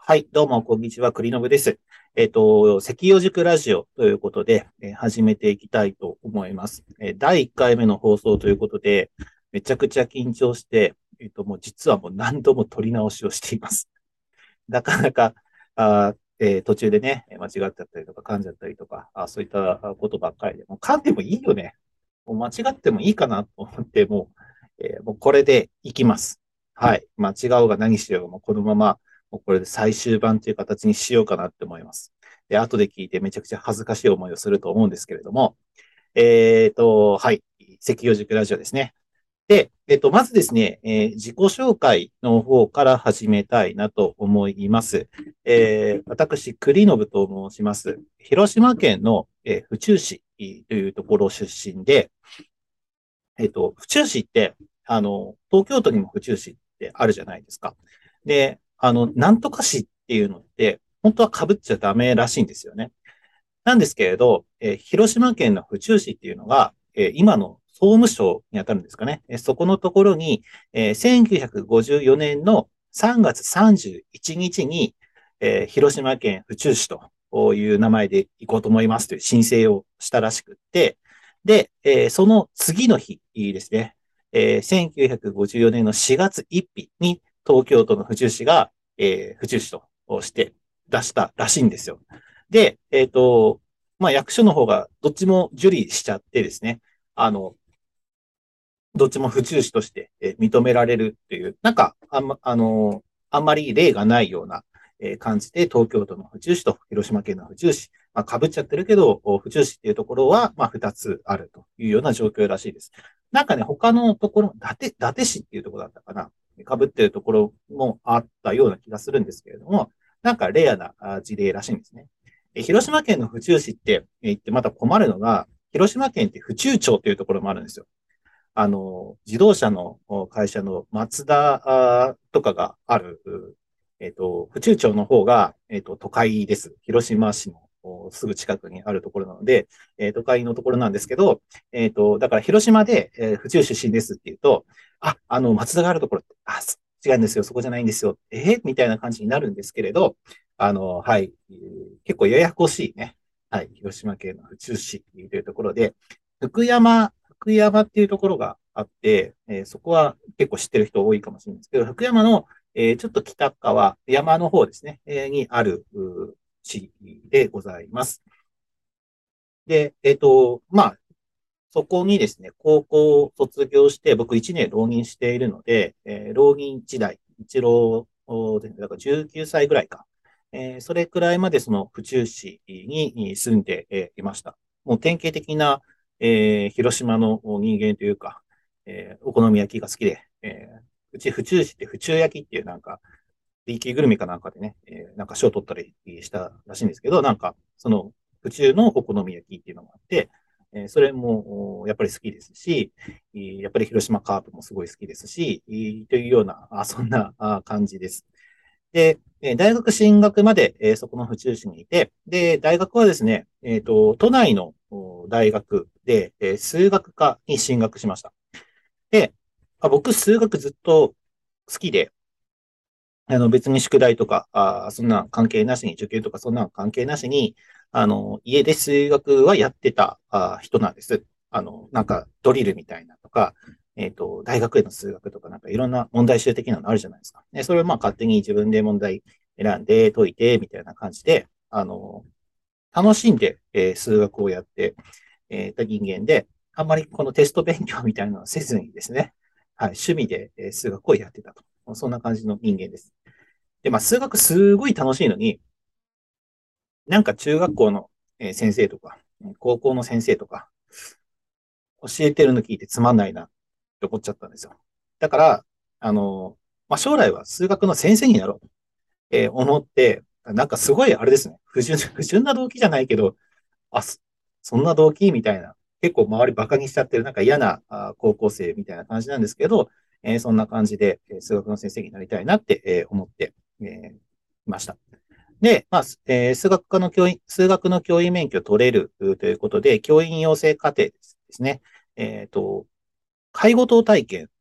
はい、どうも、こんにちは、栗信です。関陽塾ラジオということで、始めていきたいと思います。第1回目の放送ということで、めちゃくちゃ緊張して、もう実はもう何度も撮り直しをしています。なかなか、途中でね、間違っちゃったりとか噛んじゃったりとか、そういったことばっかりで、もう噛んでもいいよね。もう間違ってもいいかなと思って、もうこれでいきます。はい。間違おうが何しようが、もうこのまま、もうこれで最終版という形にしようかなって思います。で、後で聞いてめちゃくちゃ恥ずかしい思いをすると思うんですけれども、はい。赤葉塾ラジオですね。で、まずですね、自己紹介の方から始めたいなと思います。私、栗信と申します。広島県の、府中市というところ出身で、府中市って、東京都にも府中市ってあるじゃないですか。で、なんとか市っていうのって、本当は被っちゃダメらしいんですよね。なんですけれど、広島県の府中市っていうのが、今の総務省にあたるんですかね。そこのところに、1954年の3月31日に、広島県府中市という名前で行こうと思いますという申請をしたらしくって、で、その次の日ですね、1954年の4月1日に東京都の府中市が、府中市として出したらしいんですよ。で、まあ、役所の方がどっちも受理しちゃってですね、あの、どっちも府中市として認められるっていう、なんか、あんまり例がないような感じで、東京都の府中市と広島県の府中市、まあ、被っちゃってるけど、府中市っていうところは、まあ、二つあるというような状況らしいです。なんかね、他のところ、伊達市っていうところだったかな。被ってるところもあったような気がするんですけれども、なんかレアな事例らしいんですね。広島県の府中市って言ってまた困るのが、広島県って府中町っていうところもあるんですよ。自動車の会社のマツダとかがある、府中町の方が、都会です。広島市のすぐ近くにあるところなので、都会のところなんですけど、だから広島で、府中出身ですって言うと、マツダがあるところって、違うんですよ、そこじゃないんですよ、みたいな感じになるんですけれど、はい、結構ややこしいね。はい、広島県の府中市というところで、福山っていうところがあって、そこは結構知ってる人多いかもしれないんですけど、福山の、ちょっと北側、山の方ですね、にある市でございます。で、まあ、そこにですね、高校を卒業して、僕1年浪人しているので、浪人時代、一浪で、だから19歳ぐらいか。それくらいまでその府中市に住んでいました。もう典型的な、広島の人間というか、お好み焼きが好きで、うち府中市って府中焼きっていうなんか、B 級グルメかなんかでね、なんか賞を取ったりしたらしいんですけど、なんか、その、府中のお好み焼きっていうのがあって、それもやっぱり好きですし、やっぱり広島カープもすごい好きですし、というような、そんな感じです。で、大学進学まで、そこの府中市にいて、で、大学はですね、都内の大学で、数学科に進学しました。で、僕、数学ずっと好きで、別に宿題とか、そんな関係なしに、受験とかそんな関係なしに、家で数学はやってた人なんです。なんかドリルみたいなとか、大学への数学とかなんかいろんな問題集的なのあるじゃないですか。で、それをまあ勝手に自分で問題選んで解いて、みたいな感じで、楽しんで、数学をやって、た人間で、あんまりこのテスト勉強みたいなのはせずにですね、はい、趣味で、数学をやってたと。そんな感じの人間です。で、まあ、数学すごい楽しいのに、なんか中学校の先生とか、高校の先生とか、教えてるの聞いてつまんないなって思っちゃったんですよ。だから、まあ、将来は数学の先生になろうと、思って、なんかすごいあれですね。不純な動機じゃないけど、あ、そんな動機みたいな。結構周りバカにしちゃってる、なんか嫌な高校生みたいな感じなんですけど、そんな感じで、数学の先生になりたいなって、思って、いました。で、まあ、数学の教員免許を取れるということで、教員養成課程ですね。えっと、介護等体験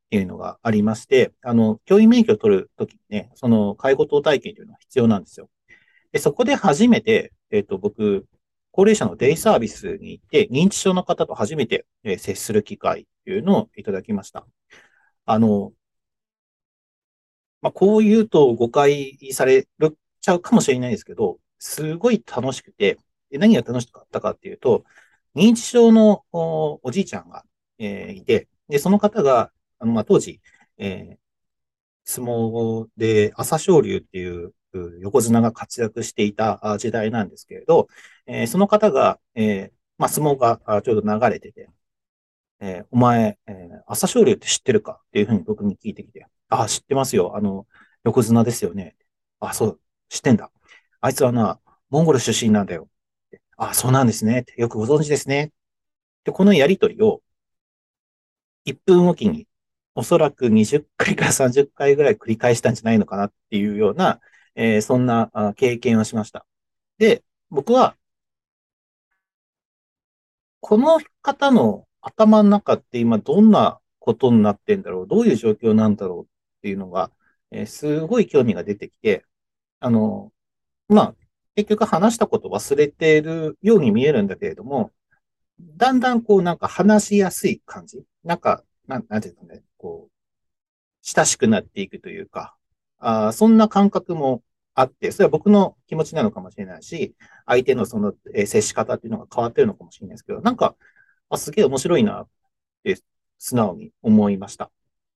っていうのがありまして、教員免許を取るときにね、その介護等体験というのが必要なんですよ。で、そこで初めて、僕、高齢者のデイサービスに行って、認知症の方と初めて、接する機会というのをいただきました。あの、こう言うと誤解されるちゃうかもしれないですけど、すごい楽しくて、で何が楽しかったかっていうと、認知症のおじいちゃんが、いて、で、その方が、当時、えー相撲で朝青龍っていう横綱が活躍していた時代なんですけれど、その方が、相撲がちょうど流れてて、お前、朝青龍って知ってるかっていうふうに僕に聞いてきて、あ、知ってますよ。横綱ですよね。あ、そう、知ってんだ。あいつはな、モンゴル出身なんだよ。あ、そうなんですね。よくご存知ですね。で、このやりとりを1分おきに、おそらく20回から30回ぐらい繰り返したんじゃないのかなっていうような、そんな経験をしました。で、僕は、この方の頭の中って今どんなことになってんだろう、どういう状況なんだろうっていうのが、すごい興味が出てきて、あの、まあ、結局話したこと忘れているように見えるんだけれども、だんだんこうなんか話しやすい感じ。なんていうかね、こう、親しくなっていくというか、そんな感覚もあって、それは僕の気持ちなのかもしれないし、相手のその、接し方っていうのが変わってるのかもしれないですけど、なんか、すげえ面白いなって素直に思いました。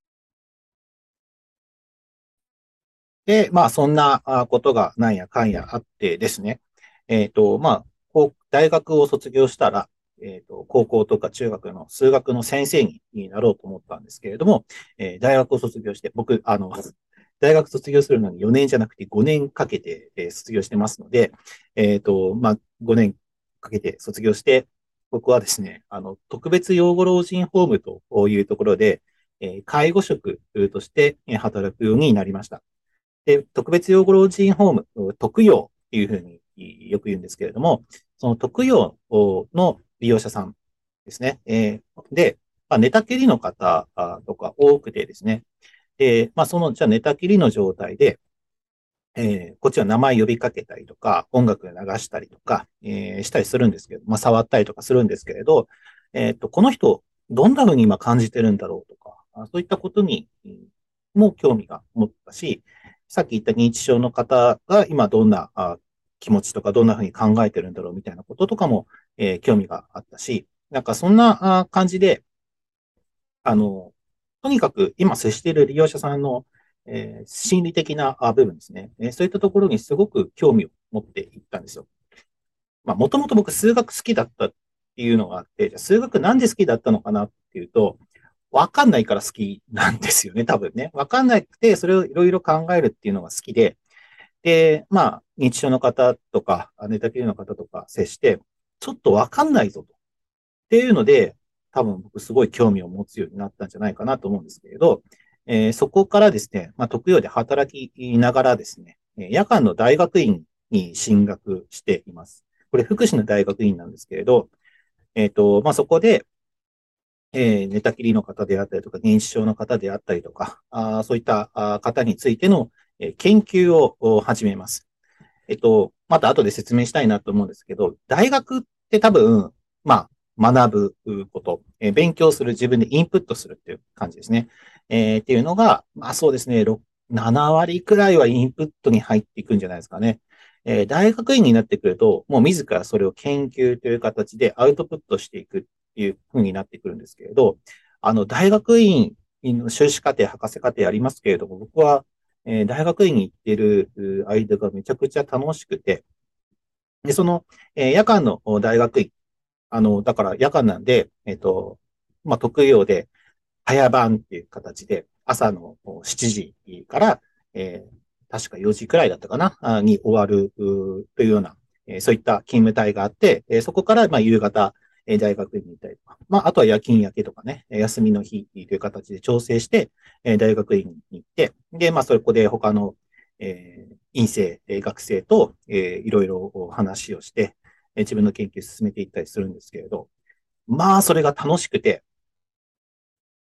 で、そんなことがなんやかんやあってですね、大学を卒業したら、高校とか中学の数学の先生になろうと思ったんですけれども、大学を卒業して、僕、大学卒業するのに4年じゃなくて5年かけて、卒業してますので、5年かけて卒業して、僕はですね、特別養護老人ホームというところで、介護職として働くようになりました。で、特別養護老人ホーム、特養っていうふうによく言うんですけれども、その特養の利用者さんですね。で、寝たきりの方とか多くてですね。で、じゃあ寝たきりの状態で、こっちは名前呼びかけたりとか、音楽流したりとか、したりするんですけど、触ったりとかするんですけれど、この人、どんな風に今感じてるんだろうとか、そういったことにも興味が持ったし、さっき言った認知症の方が今どんな気持ちとか、どんな風に考えてるんだろうみたいなこととかも、興味があったし、なんかそんな感じで、あの、とにかく今接している利用者さんの、心理的な部分ですね、そういったところにすごく興味を持っていったんですよ。もともと僕数学好きだったっていうのがあって、じゃあ数学なんで好きだったのかなっていうと、わかんないから好きなんですよね、多分ね。わかんなくて、それをいろいろ考えるっていうのが好きで、で、認知症の方とか、寝たきりの方とか接して、ちょっとわかんないぞと。っていうので、多分僕すごい興味を持つようになったんじゃないかなと思うんですけれど、そこからですね、特養で働きながらですね、夜間の大学院に進学しています。これ福祉の大学院なんですけれど、そこで、寝たきりの方であったりとか、認知症の方であったりとか、そういった方についての、研究を始めます。また後で説明したいなと思うんですけど、大学って多分、学ぶこと、勉強する、自分でインプットするっていう感じですね。っていうのが、そうですね、7割くらいはインプットに入っていくんじゃないですかね。大学院になってくると、もう自らそれを研究という形でアウトプットしていくっていう風になってくるんですけれど、大学院の修士課程、博士課程ありますけれども、僕は大学院に行っている間がめちゃくちゃ楽しくて、で、その、夜間の大学院、だから夜間なんで、特養で早番っていう形で、朝の7時から、確か4時くらいだったかな、に終わるというような、そういった勤務帯があって、そこから、夕方、大学院に行ったりとか、あとは夜勤明けとかね、休みの日という形で調整して、大学院に行って、で、そこで他の、院生、学生と、いろいろ話をして、自分の研究を進めていったりするんですけれど、それが楽しくて、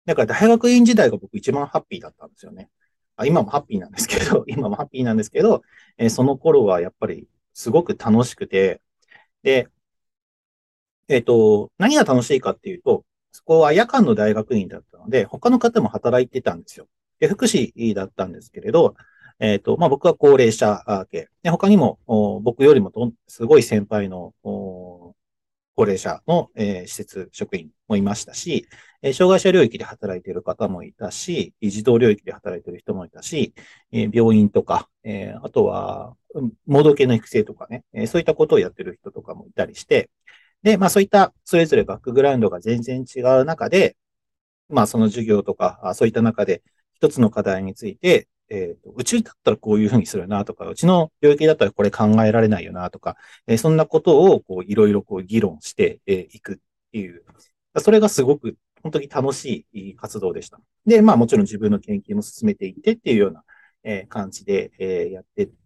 だから大学院時代が僕一番ハッピーだったんですよね。今もハッピーなんですけど、今もハッピーなんですけど、その頃はやっぱりすごく楽しくて、で、何が楽しいかっていうと、そこは夜間の大学院だったので、他の方も働いてたんですよ。で、福祉だったんですけれど、僕は高齢者系。で、他にも、僕よりもすごい先輩の、高齢者の、施設職員もいましたし、障害者領域で働いている方もいたし、児童領域で働いている人もいたし、病院とか、あとは、盲導系の育成とかね、そういったことをやっている人とかもいたりして、で、そういったそれぞれバックグラウンドが全然違う中で、その授業とか、そういった中で一つの課題について、うちだったらこういうふうにするなとか、うちの領域だったらこれ考えられないよなとか、そんなことをこういろいろこう議論していくっていう、それがすごく本当に楽しい活動でした。で、もちろん自分の研究も進めていってっていうような感じでやってって、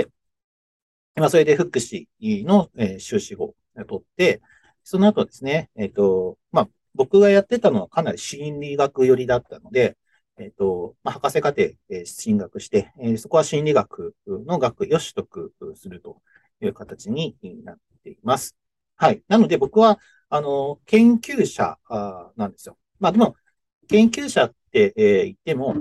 それで福祉の修士号を取って、その後ですね、僕がやってたのはかなり心理学寄りだったので、博士課程進学して、そこは心理学の学位を取得するという形になっています。はい。なので僕は、研究者なんですよ。でも、研究者って言っても、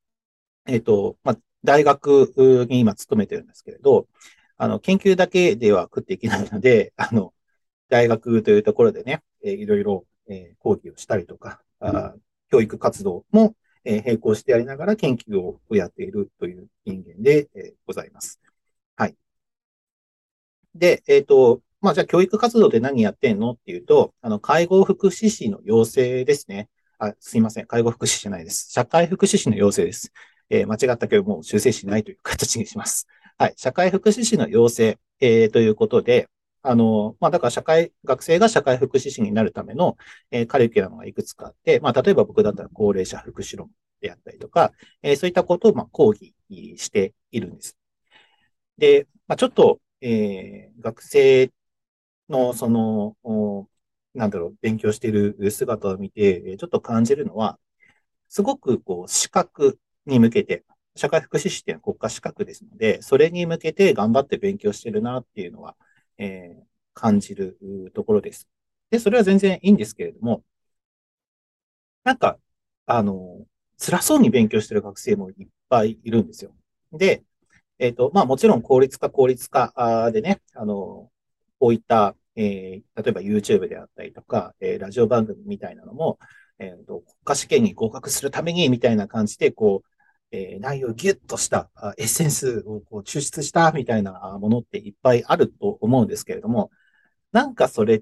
大学に今勤めてるんですけれど、研究だけでは食っていけないので、大学というところでね、いろいろ、講義をしたりとか、教育活動も、並行してやりながら研究をやっているという人間で、ございます。はい。で、じゃあ教育活動で何やってんのっていうと、介護福祉士の養成ですね。すいません。介護福祉士じゃないです。社会福祉士の養成です。間違ったけどもう修正しないという形にします。はい。社会福祉士の養成、ということで、だから学生が社会福祉士になるための、カリキュラムがいくつかあって、例えば僕だったら高齢者福祉論であったりとか、そういったことを講義しているんです。で、ちょっと、学生の、勉強している姿を見て、ちょっと感じるのは、すごく、資格に向けて、社会福祉士っていうのは国家資格ですので、それに向けて頑張って勉強してるなっていうのは、感じるところです。で、それは全然いいんですけれども、なんか、あの、辛そうに勉強してる学生もいっぱいいるんですよ。で、もちろん効率化でね、こういった、例えば YouTube であったりとか、ラジオ番組みたいなのも、国家試験に合格するためにみたいな感じで、内容をギュッとしたエッセンスを抽出したみたいなものっていっぱいあると思うんですけれども、なんかそれって、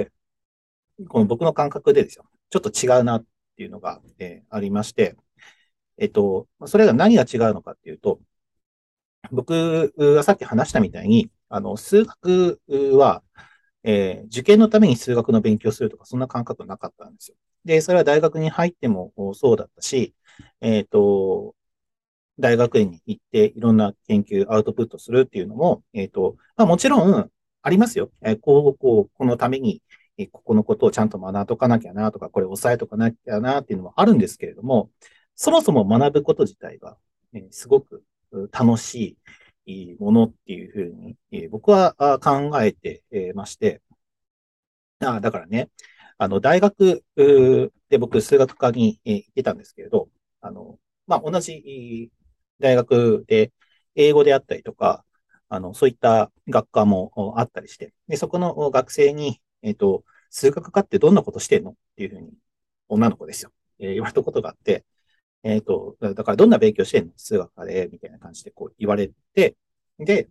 この僕の感覚でですよ、ちょっと違うなっていうのが、ありまして、それが何が違うのかっていうと、僕がさっき話したみたいに、数学は、受験のために数学の勉強するとか、そんな感覚なかったんですよ。で、それは大学に入ってもそうだったし、えっと、大学院に行っていろんな研究、アウトプットするっていうのも、もちろんありますよ。このために、ここのことをちゃんと学んとかなきゃなとか、これ押さえとかなきゃなっていうのもあるんですけれども、そもそも学ぶこと自体が、すごく楽しいものっていうふうに、僕は考えてまして、だからね、大学で僕、数学科に行ってたんですけれど、同じ大学で英語であったりとか、そういった学科もあったりして、で、そこの学生に、数学科ってどんなことしてんのっていうふうに、女の子ですよ。言われたことがあって、だからどんな勉強してんの数学科で、みたいな感じでこう言われて、で、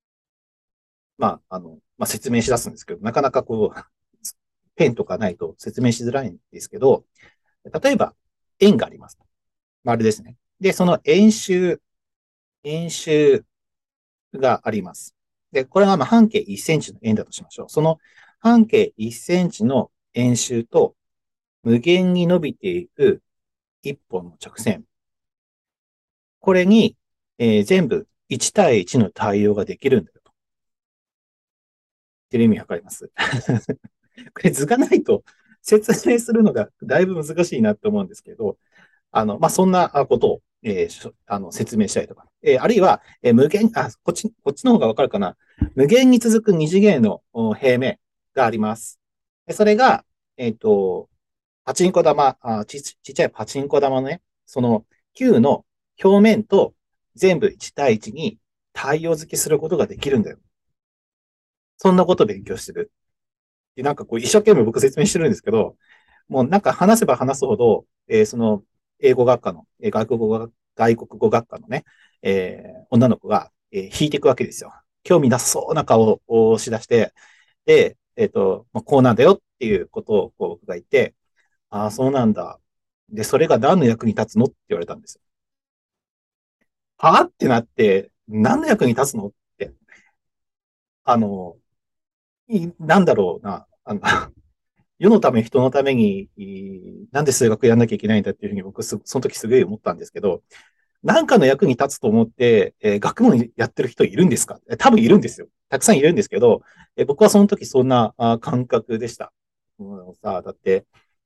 説明し出すんですけど、なかなかペンとかないと説明しづらいんですけど、例えば、円があります。丸ですね。で、その円周があります。で、これが半径1センチの円だとしましょう。その半径1センチの円周と無限に伸びていく一本の直線。これに、全部1対1の対応ができるんだよと。っていう意味わかりますこれ図がないと説明するのがだいぶ難しいなと思うんですけど、そんなことを、説明したりとか、あるいは、無限、こっちの方がわかるかな。無限に続く二次元の平面があります。それが、えっと、パチンコ玉、ちっちゃいパチンコ玉のね、その球の表面と全部1対1に対応付けすることができるんだよ。そんなことを勉強してる。で、なんかこう一生懸命僕説明してるんですけど、もうなんか話せば話すほど、その英語学科の、外国語学科のね、女の子が、引いていくわけですよ。興味なさそうな顔をしだして、で、こうなんだよっていうことをこう僕が言って、ああ、そうなんだ。で、それが何の役に立つのって言われたんですよ。はあってなって、何の役に立つのって、あの、なんだろうな、世のため、人のために、なんで数学やんなきゃいけないんだっていうふうに僕その時すごい思ったんですけど、なんかの役に立つと思って、学問やってる人いるんですか？多分いるんですよ。たくさんいるんですけど、僕はその時そんな感覚でした。さあ、だって、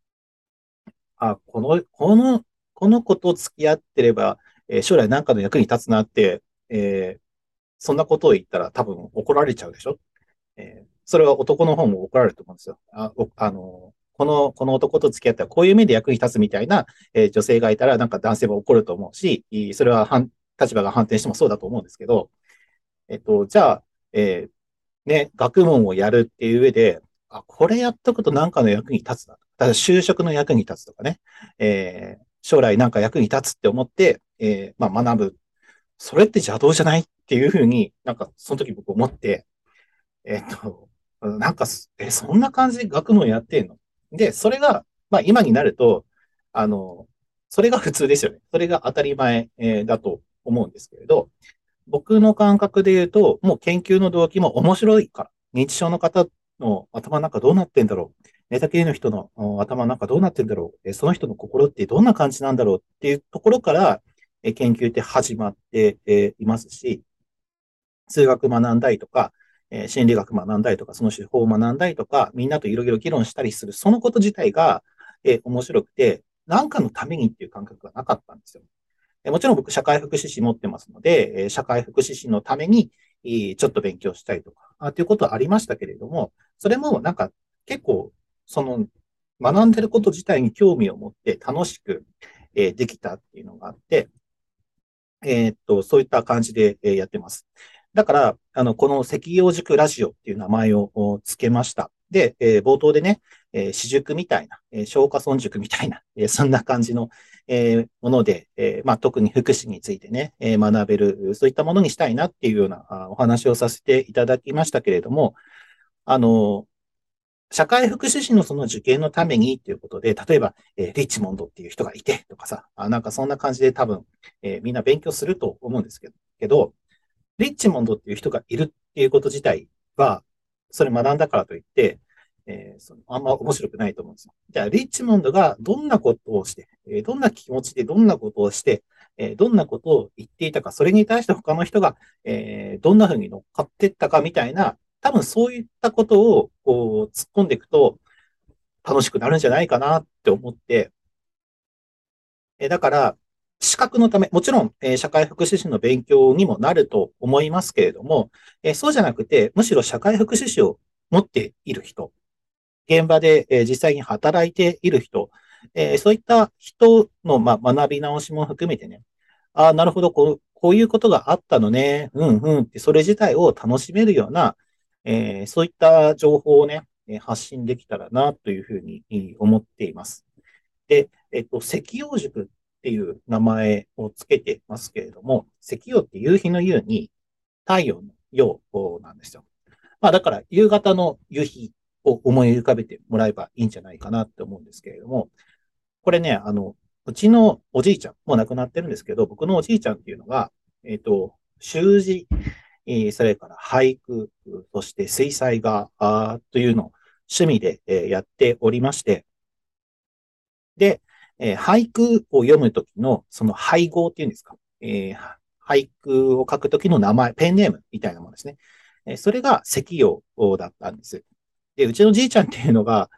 この子と付き合ってれば、将来なんかの役に立つなって、そんなことを言ったら多分怒られちゃうでしょ？それは男の方も怒られると思うんですよ。この男と付き合ったらこういう目で役に立つみたいな、女性がいたらなんか男性も怒ると思うし、それは立場が反転してもそうだと思うんですけど、じゃあ、学問をやるっていう上で、これやっとくとなんかの役に立つな。だ就職の役に立つとかね、将来なんか役に立つって思って、学ぶ。それって邪道じゃないっていうふうになんかその時僕思って、えっと、なんか、そんな感じで学問やってんの？で、それが、今になると、あの、それが普通ですよね。それが当たり前、だと思うんですけれど、僕の感覚で言うと、もう研究の動機も面白いから、認知症の方の頭の中どうなってんだろう。寝たきりの人の頭の中どうなってんだろう。その人の心ってどんな感じなんだろうっていうところから、研究って始まっていますし、数学学んだりとか、心理学学んだりとか、その手法を学んだりとか、みんなといろいろ議論したりする、そのこと自体が、面白くて、何かのためにっていう感覚がなかったんですよ。もちろん僕、社会福祉士持ってますので、社会福祉士のために、ちょっと勉強したりとか、っていうことはありましたけれども、それもなんか結構、その、学んでること自体に興味を持って楽しく、できたっていうのがあって、そういった感じで、やってます。だから、この赤葉塾ラジオっていう名前をつけました。で、冒頭でね、私塾みたいな、松下村塾みたいな、そんな感じの、もので、特に福祉についてね、学べる、そういったものにしたいなっていうようなお話をさせていただきましたけれども、あの、社会福祉士のその受験のためにっていうことで、例えば、リッチモンドっていう人がいてとかさ、なんかそんな感じで多分、みんな勉強すると思うんですけど、リッチモンドっていう人がいるっていうこと自体は、それ学んだからといって、あんま面白くないと思うんですよ。じゃあ、リッチモンドがどんなことをして、どんな気持ちでどんなことをして、どんなことを言っていたか、それに対して他の人が、どんな風に乗っかっていったかみたいな、多分そういったことをこう突っ込んでいくと楽しくなるんじゃないかなって思って、だから、資格のため、もちろん、社会福祉士の勉強にもなると思いますけれども、そうじゃなくて、むしろ社会福祉士を持っている人、現場で、実際に働いている人、そういった人の、学び直しも含めてね、なるほど、こういうことがあったのね、うんうんって、それ自体を楽しめるような、そういった情報をね、発信できたらなというふうに思っています。で、赤葉塾っていう名前をつけてますけれども、赤葉って夕日の夕に太陽の陽なんですよ。だから夕方の夕日を思い浮かべてもらえばいいんじゃないかなって思うんですけれども、これね、うちのおじいちゃん、もう亡くなってるんですけど、僕のおじいちゃんっていうのが、習字、それから俳句、そして水彩画というのを趣味でやっておりまして、で、俳句を読むときの、その配合っていうんですか、俳句を書くときの名前、ペンネームみたいなものですね。それが石葉だったんです。で、うちのじいちゃんっていうのが、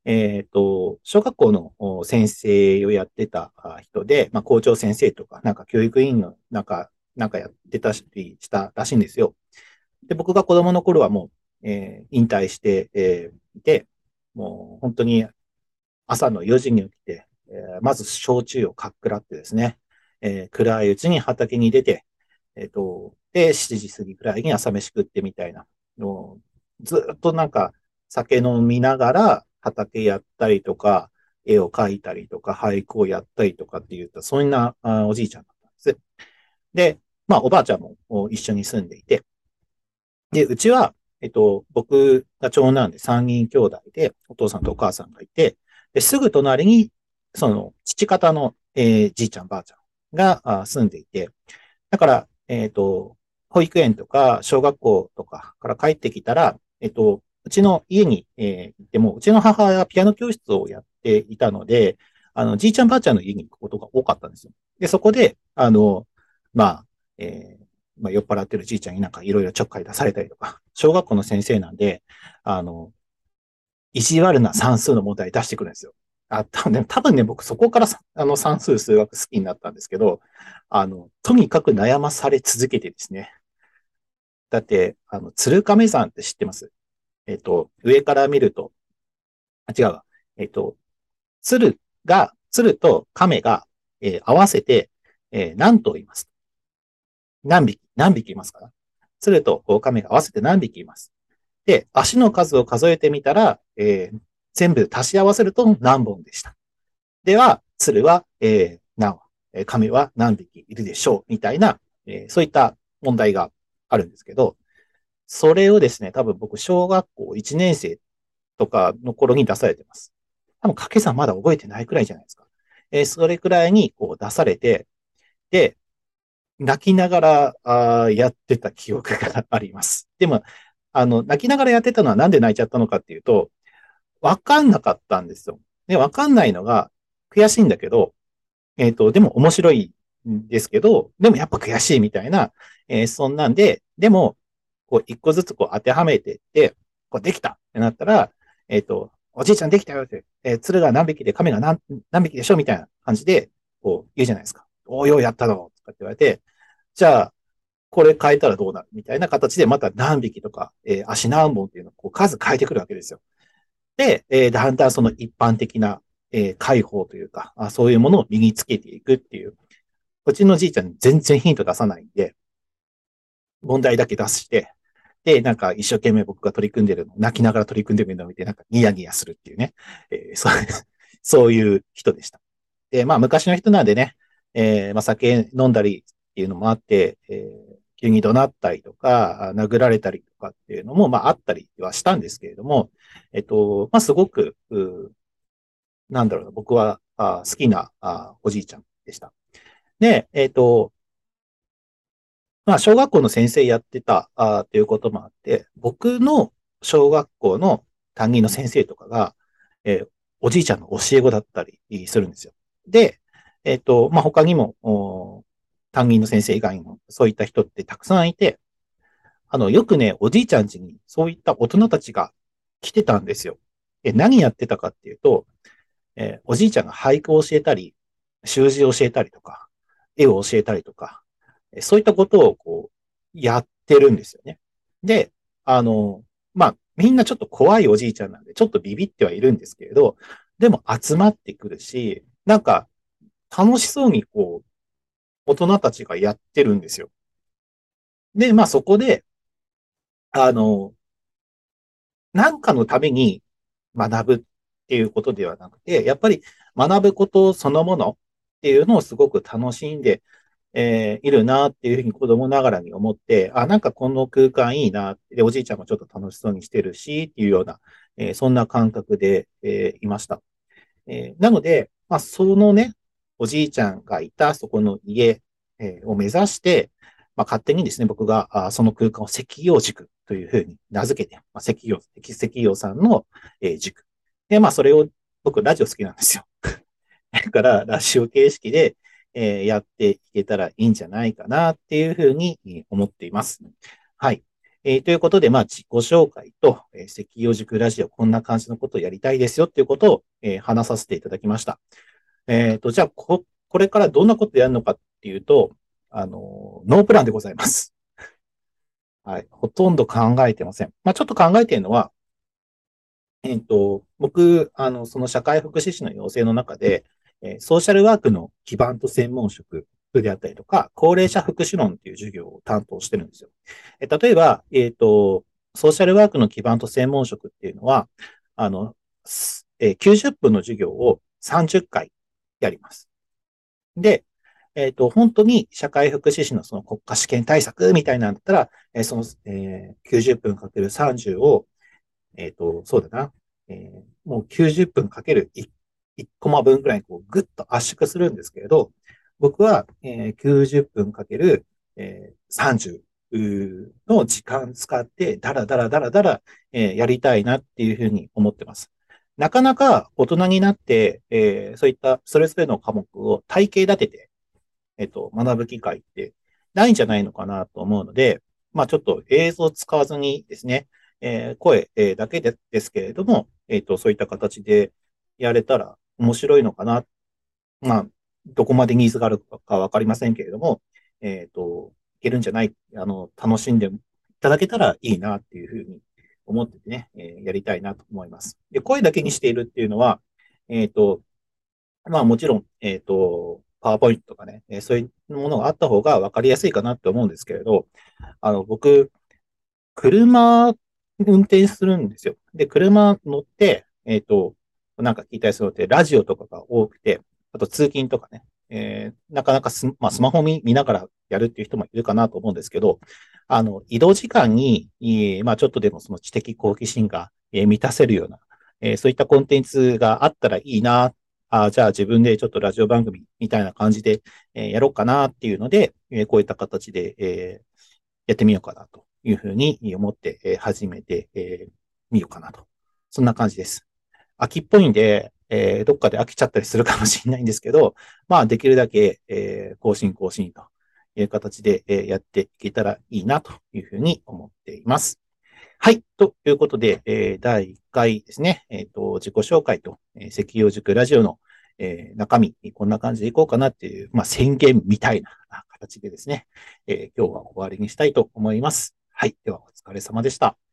小学校の先生をやってた人で、まあ、校長先生とか、なんか教育委員の、なんかやってたりしたらしいんですよ。で、僕が子供の頃はもう、引退して、いて、もう本当に朝の4時に起きて、まず焼酎をかっくらってですね、暗いうちに畑に出て、で、7時過ぎくらいに朝飯食ってみたいなのずっとなんか酒飲みながら畑やったりとか、絵を描いたりとか、俳句をやったりとかって言った、そんなおじいちゃんだったんです。で、まあ、おばあちゃんも一緒に住んでいて、で、うちは、僕が長男で3人兄弟で、お父さんとお母さんがいて、で、すぐ隣に、その、父方の、じいちゃんばあちゃんが住んでいて、だから、保育園とか小学校とかから帰ってきたら、うちの家に、行っても、うちの母親はピアノ教室をやっていたので、じいちゃんばあちゃんの家に行くことが多かったんですよ。で、そこで、まあ、まあ、酔っ払ってるじいちゃんになんかいろいろちょっかい出されたりとか、小学校の先生なんで、あの、意地悪な算数の問題出してくるんですよ。多分ね、僕そこから算数、数学好きになったんですけど、とにかく悩まされ続けてですね。だって、鶴亀山って知ってます？上から見ると、違うわ。鶴と亀が、合わせて、何頭います？何匹いますか？鶴と亀が合わせて何匹います？で、足の数を数えてみたら、全部足し合わせると何本でした。では、鶴は、亀は何匹いるでしょうみたいな、そういった問題があるんですけど、それをですね、多分僕、小学校1年生とかの頃に出されてます。多分、掛け算まだ覚えてないくらいじゃないですか。それくらいにこう出されて、で、泣きながらやってた記憶があります。でも、泣きながらやってたのはなんで泣いちゃったのかっていうと、わかんなかったんですよ。で、わかんないのが悔しいんだけど、でも面白いんですけど、でもやっぱ悔しいみたいな、そんなんで、でも、こう、一個ずつこう当てはめていって、こう、できたってなったら、おじいちゃんできたよって、鶴が何匹で亀が何匹でしょみたいな感じで、こう、言うじゃないですか。おーよ、やったのとかって言われて、じゃあ、これ変えたらどうなるみたいな形で、また何匹とか、足何本っていうのをこう数変えてくるわけですよ。で、だんだんその一般的な、解放というか、そういうものを身につけていくっていう。うちのじいちゃん全然ヒント出さないんで、問題だけ出して、で、なんか一生懸命僕が取り組んでるの、泣きながら取り組んでるのを見て、なんかニヤニヤするっていうね、そういう人でした。で、まあ昔の人なんでね、まあ酒飲んだりっていうのもあって、急に怒鳴ったりとか、殴られたりとかっていうのも、まああったりはしたんですけれども、まあすごく、なんだろうな、僕は好きなおじいちゃんでした。で、まあ、小学校の先生やってた、ということもあって、僕の小学校の担任の先生とかが、おじいちゃんの教え子だったりするんですよ。で、まあ、他にも、担任の先生以外にも、そういった人ってたくさんいて、よくね、おじいちゃん家にそういった大人たちが来てたんですよ。何やってたかっていうと、おじいちゃんが俳句を教えたり、習字を教えたりとか、絵を教えたりとか、そういったことをこう、やってるんですよね。で、まあ、みんなちょっと怖いおじいちゃんなんで、ちょっとビビってはいるんですけれど、でも集まってくるし、なんか楽しそうにこう、大人たちがやってるんですよ。で、まあそこで、あの、なんかのために学ぶっていうことではなくて、やっぱり学ぶことそのものっていうのをすごく楽しんで、いるなっていうふうに子供ながらに思って、なんかこの空間いいなって、で、おじいちゃんもちょっと楽しそうにしてるし、っていうような、そんな感覚で、いました。なので、まあ、そのね、おじいちゃんがいたそこの家、を目指して、まあ、勝手にですね、僕がその空間を石陽塾というふうに名付けて、まあ、石陽さんの、塾。で、まあ、それを僕、ラジオ好きなんですよ。だから、ラジオ形式で、やっていけたらいいんじゃないかなっていうふうに思っています。はい。 ということで、自己紹介と、石油塾ラジオ、こんな感じのことをやりたいですよっていうことを、話させていただきました。じゃあこれからどんなことやるのかっていうと、ノープランでございます。はい。ほとんど考えてません。ちょっと考えているのは、僕、その社会福祉士の養成の中で、ソーシャルワークの基盤と専門職であったりとか、高齢者福祉論っていう授業を担当してるんですよ。例えば、ソーシャルワークの基盤と専門職っていうのは、あの、90分の授業を30回やります。で、本当に社会福祉士のその国家試験対策みたいなんだったら、その、90分かける30を、そうだな、もう90分かける1コマ分くらいこうぐっと圧縮するんですけれど、僕は、90分かける、30の時間使って、だらだらだらだら、やりたいなっていうふうに思ってます。なかなか大人になって、そういったそれぞれの科目を体系立てて、学ぶ機会ってないんじゃないのかなと思うので、ちょっと映像を使わずにですね、声、だけですけれども、そういった形でやれたら面白いのかな。どこまでニーズがあるかわかりませんけれども、いけるんじゃない、楽しんでいただけたらいいなっていうふうに思っててね、やりたいなと思います。で、声だけにしているっていうのは、えっと、もちろん、パワーポイントとかね、そういうものがあった方が分かりやすいかなって思うんですけれど、僕、車運転するんですよ。で、車乗って、なんか聞いたりするのって、ラジオとかが多くて、あと通勤とかね、なかなかスマホ見ながらやるっていう人もいるかなと思うんですけど、移動時間に、ちょっとでもその知的好奇心が、満たせるような、そういったコンテンツがあったらいいな、じゃあ自分でちょっとラジオ番組みたいな感じで、やろうかなっていうので、こういった形で、やってみようかなというふうに思って、始めてみようかなと。そんな感じです。秋っぽいんで、どっかで飽きちゃったりするかもしれないんですけど、できるだけ、更新という形で、やっていけたらいいなというふうに思っています。はい。ということで、第1回ですね、自己紹介と、石油塾ラジオの、中身、こんな感じでいこうかなっていう、宣言みたいな形でですね、今日は終わりにしたいと思います。はい。では、お疲れ様でした。